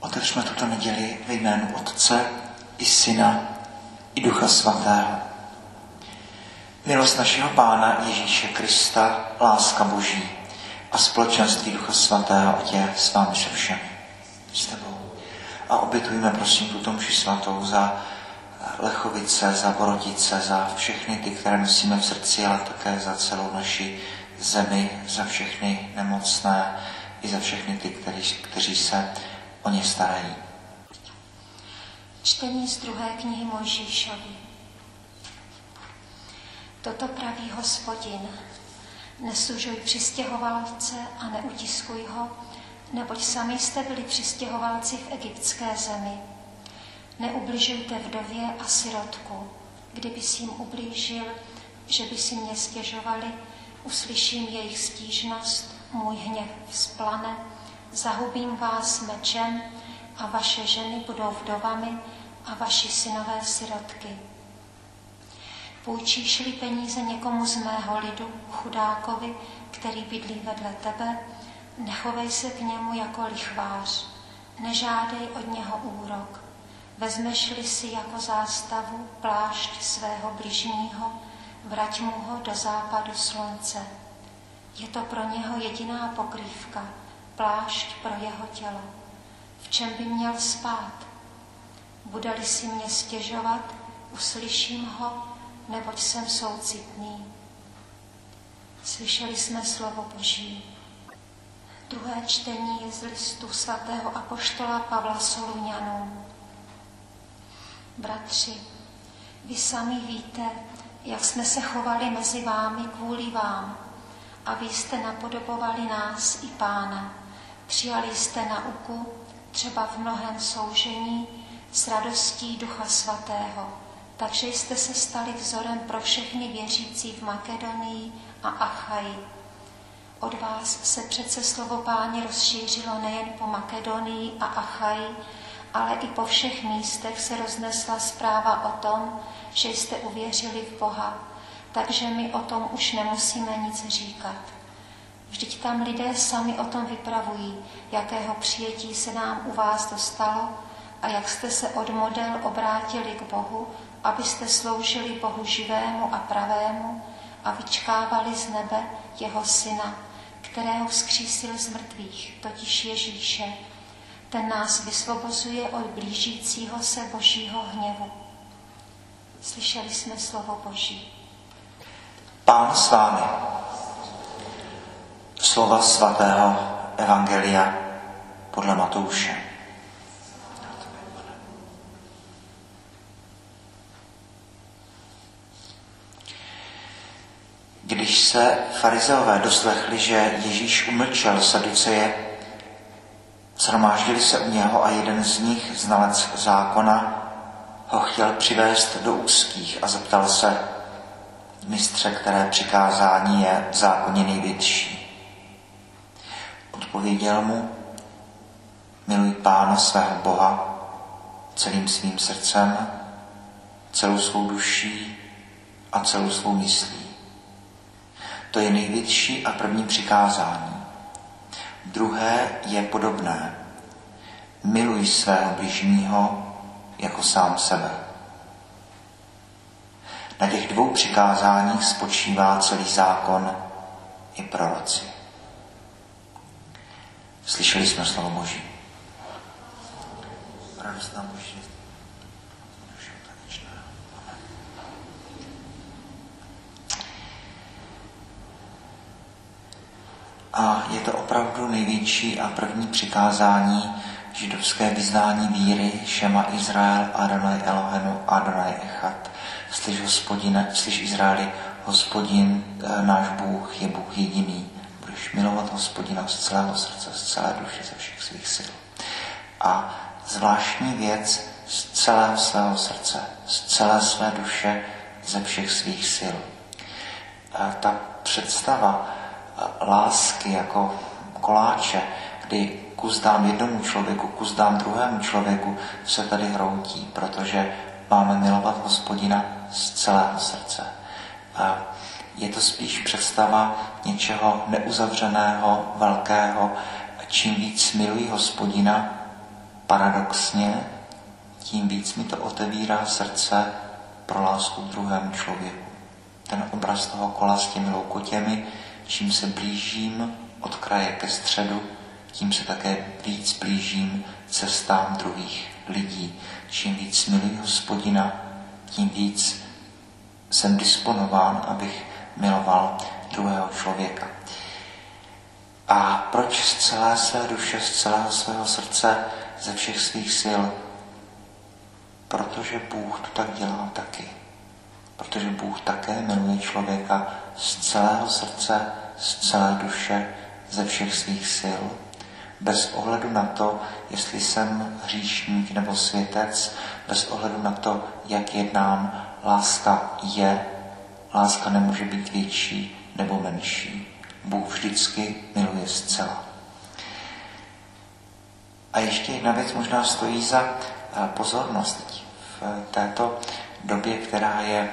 Otevřme tuto neděli ve jménu Otce i Syna i Ducha Svatého. Milost našeho Pána Ježíše Krista, láska Boží a společenství Ducha Svatého, ať je s vámi se všemi. S tebou. A obětujme, prosím, tuto mši svatou za Lechovice, za Borodice, za všechny ty, které nosíme v srdci, ale také za celou naši zemi, za všechny nemocné i za všechny ty, kteří se o ně starají. Čtení z 2. knihy Mojžíšovy. Toto praví Hospodin: Nesužuj přistěhovalce a neutiskuj ho, neboť sami jste byli přistěhovalci v egyptské zemi. Neubližujte vdově a sirotku. Kdybys jim ublížil, že by si mě stěžovali, uslyším jejich stížnost, můj hněv vzplane, zahubím vás mečem a vaše ženy budou vdovami a vaši synové sirotky. Půjčíš-li peníze někomu z mého lidu, chudákovi, který bydlí vedle tebe, nechovej se k němu jako lichvář, nežádej od něho úrok. Vezmeš-li si jako zástavu plášť svého bližního, vrať mu ho do západu slunce. Je to pro něho jediná pokrývka, plášť pro jeho tělo. V čem by měl spát? Bude-li si mě stěžovat, uslyším ho, neboť jsem soucitný. Slyšeli jsme slovo Boží. Druhé čtení je z listu svatého apoštola Pavla Soluňanům. Bratři, vy sami víte, jak jsme se chovali mezi vámi kvůli vám, a vy jste napodobovali nás i Pána. Přijali jste nauku, třeba v mnohém soužení, s radostí Ducha Svatého, takže jste se stali vzorem pro všechny věřící v Makedonii a Achaji. Od vás se přece slovo Páně rozšířilo nejen po Makedonii a Achaji, ale i po všech místech se roznesla zpráva o tom, že jste uvěřili v Boha, takže my o tom už nemusíme nic říkat. Vždyť tam lidé sami o tom vypravují, jakého přijetí se nám u vás dostalo a jak jste se od model obrátili k Bohu, abyste sloužili Bohu živému a pravému a vyčkávali z nebe jeho Syna, kterého vzkřísil z mrtvých, totiž Ježíše. Ten nás vysvobozuje od blížícího se Božího hněvu. Slyšeli jsme slovo Boží. Pán s vámi. Slova svatého Evangelia podle Matouše. Když se farizeové doslechli, že Ježíš umlčel Saduceje, shromáždili se u něho a jeden z nich, znalec zákona, ho chtěl přivést do úzkých a zeptal se: Mistře, které přikázání je v zákoně největší? Odpověděl mu: Miluj Pána svého Boha celým svým srdcem, celou svou duší a celou svou myslí. To je největší a první přikázání. Druhé je podobné. Miluj svého bližního jako sám sebe. Na těch dvou přikázáních spočívá celý zákon i proroci. Slyšeli jsme slovo Boží. Radost nám Boží. A je to opravdu největší a první přikázání židovské vyznání víry Šema Izrael, Adonai Elohenu, Adonai Echad. Slyš Izraeli, Hospodin, náš Bůh, je Bůh jediný. Budeš milovat Hospodina z celého srdce, z celé duše, ze všech svých sil. A zvláštní věc, z celého svého srdce, z celé své duše, ze všech svých sil. Ta představa lásky jako koláče, kdy kus dám jednomu člověku, kus dám druhému člověku, se tady hroutí, protože máme milovat Hospodina z celého srdce. A je to spíš představa něčeho neuzavřeného, velkého. Čím víc miluji Hospodina, paradoxně tím víc mi to otevírá srdce pro lásku k druhému člověku. Ten obraz toho kola s těmi loukotěmi, čím se blížím od kraje ke středu, tím se také víc blížím cestám druhých lidí. Čím víc miluji Hospodina, tím víc jsem disponován, abych miloval druhého člověka. A proč z celé své duše, z celého svého srdce, ze všech svých sil? Protože Bůh to tak dělá taky. Protože Bůh také miluje člověka z celého srdce, z celé duše, ze všech svých sil. Bez ohledu na to, jestli jsem hříšník nebo světec, bez ohledu na to, jak jednám, láska je, láska nemůže být větší nebo menší. Bůh vždycky miluje zcela. A ještě jedna věc možná stojí za pozornost. V této době, která je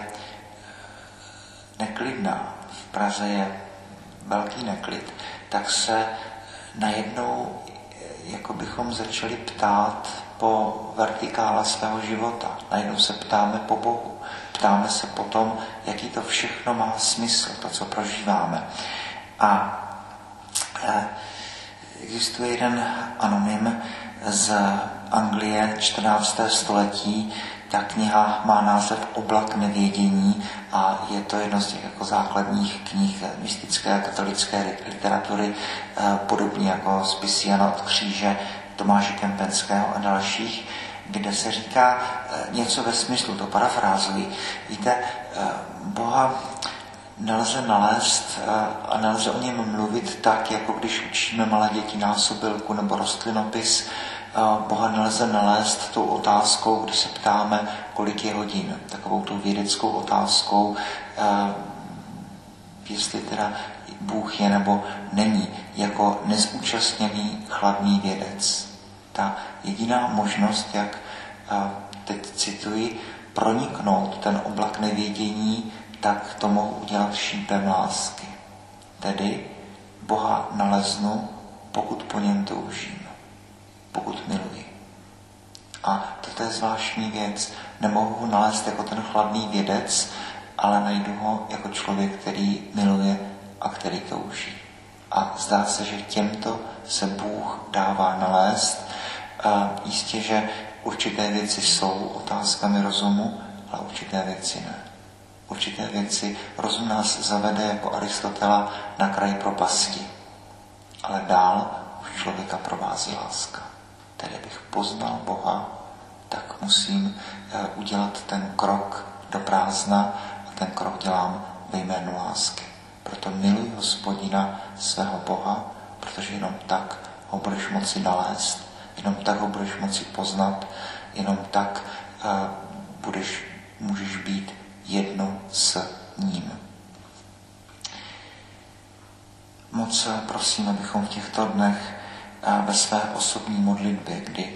neklidná, v Praze je velký neklid, tak se najednou jako bychom začali ptát po vertikále svého života. Najednou se ptáme po Bohu. Ptáme se po tom, jaký to všechno má smysl, to, co prožíváme. A existuje jeden anonym z Anglie 14. století. Ta kniha má název Oblak nevědění a je to jedno z těch jako základních knih mystické a katolické literatury, podobně jako spisy Jana od Kříže, Tomáše Kempenského a dalších, kde se říká něco ve smyslu, to parafrázuji. Víte, Boha nelze nalézt a nelze o něm mluvit tak, jako když učíme malé děti násobilku nebo rostlinopis. Boha nelze nalézt tou otázkou, kdy se ptáme, kolik je hodin. Takovou tou vědeckou otázkou, jestli teda Bůh je nebo není, jako nezúčastněný chladný vědec. Ta jediná možnost, jak teď cituji, proniknout ten oblak nevědění, tak to mohu udělat šípem lásky. Tedy Boha naleznu, pokud po něm toužím, pokud miluji. A toto je zvláštní věc. Nemohu ho nalézt jako ten chladný vědec, ale najdu ho jako člověk, který miluje a který touží. A zdá se, že těmto se Bůh dává nalézt. Jistě, že určité věci jsou otázkami rozumu, ale určité věci ne. Určité věci rozum nás zavede jako Aristotela na kraj propasti. Ale dál už člověka provází láska. Tedy abych poznal Boha, tak musím udělat ten krok do prázdna a ten krok dělám ve jménu lásky. Proto miluji Hospodina, svého Boha, protože jenom tak ho budeš moci nalézt, jenom tak ho budeš moci poznat, jenom tak můžeš být jedno s ním. Moc prosím, abychom v těchto dnech ve své osobní modlitbě, kdy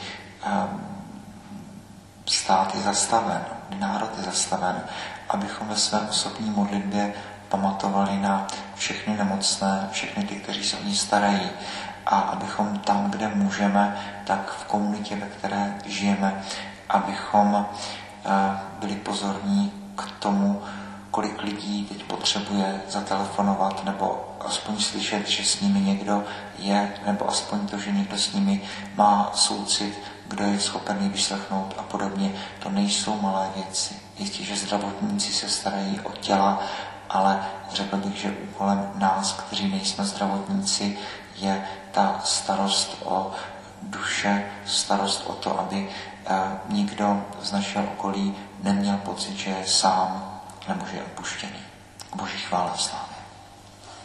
stát je zastaven, kdy národ je zastaven, abychom ve své osobní modlitbě pamatovali na všechny nemocné, všechny ty, kteří se o ní starají, a abychom tam, kde můžeme, tak v komunitě, ve které žijeme, abychom byli pozorní k tomu, kolik lidí teď potřebuje zatelefonovat, nebo aspoň slyšet, že s nimi někdo je, nebo aspoň to, že někdo s nimi má soucit, kdo je schopen ji vyslechnout a podobně. To nejsou malé věci. Jistě, že zdravotníci se starají o těla, ale řekl bych, že úkolem nás, kteří nejsme zdravotníci, je ta starost o duše, starost o to, aby nikdo z našeho okolí neměl pocit, že je sám nebo že je opuštěný. Boží chvála, sláva.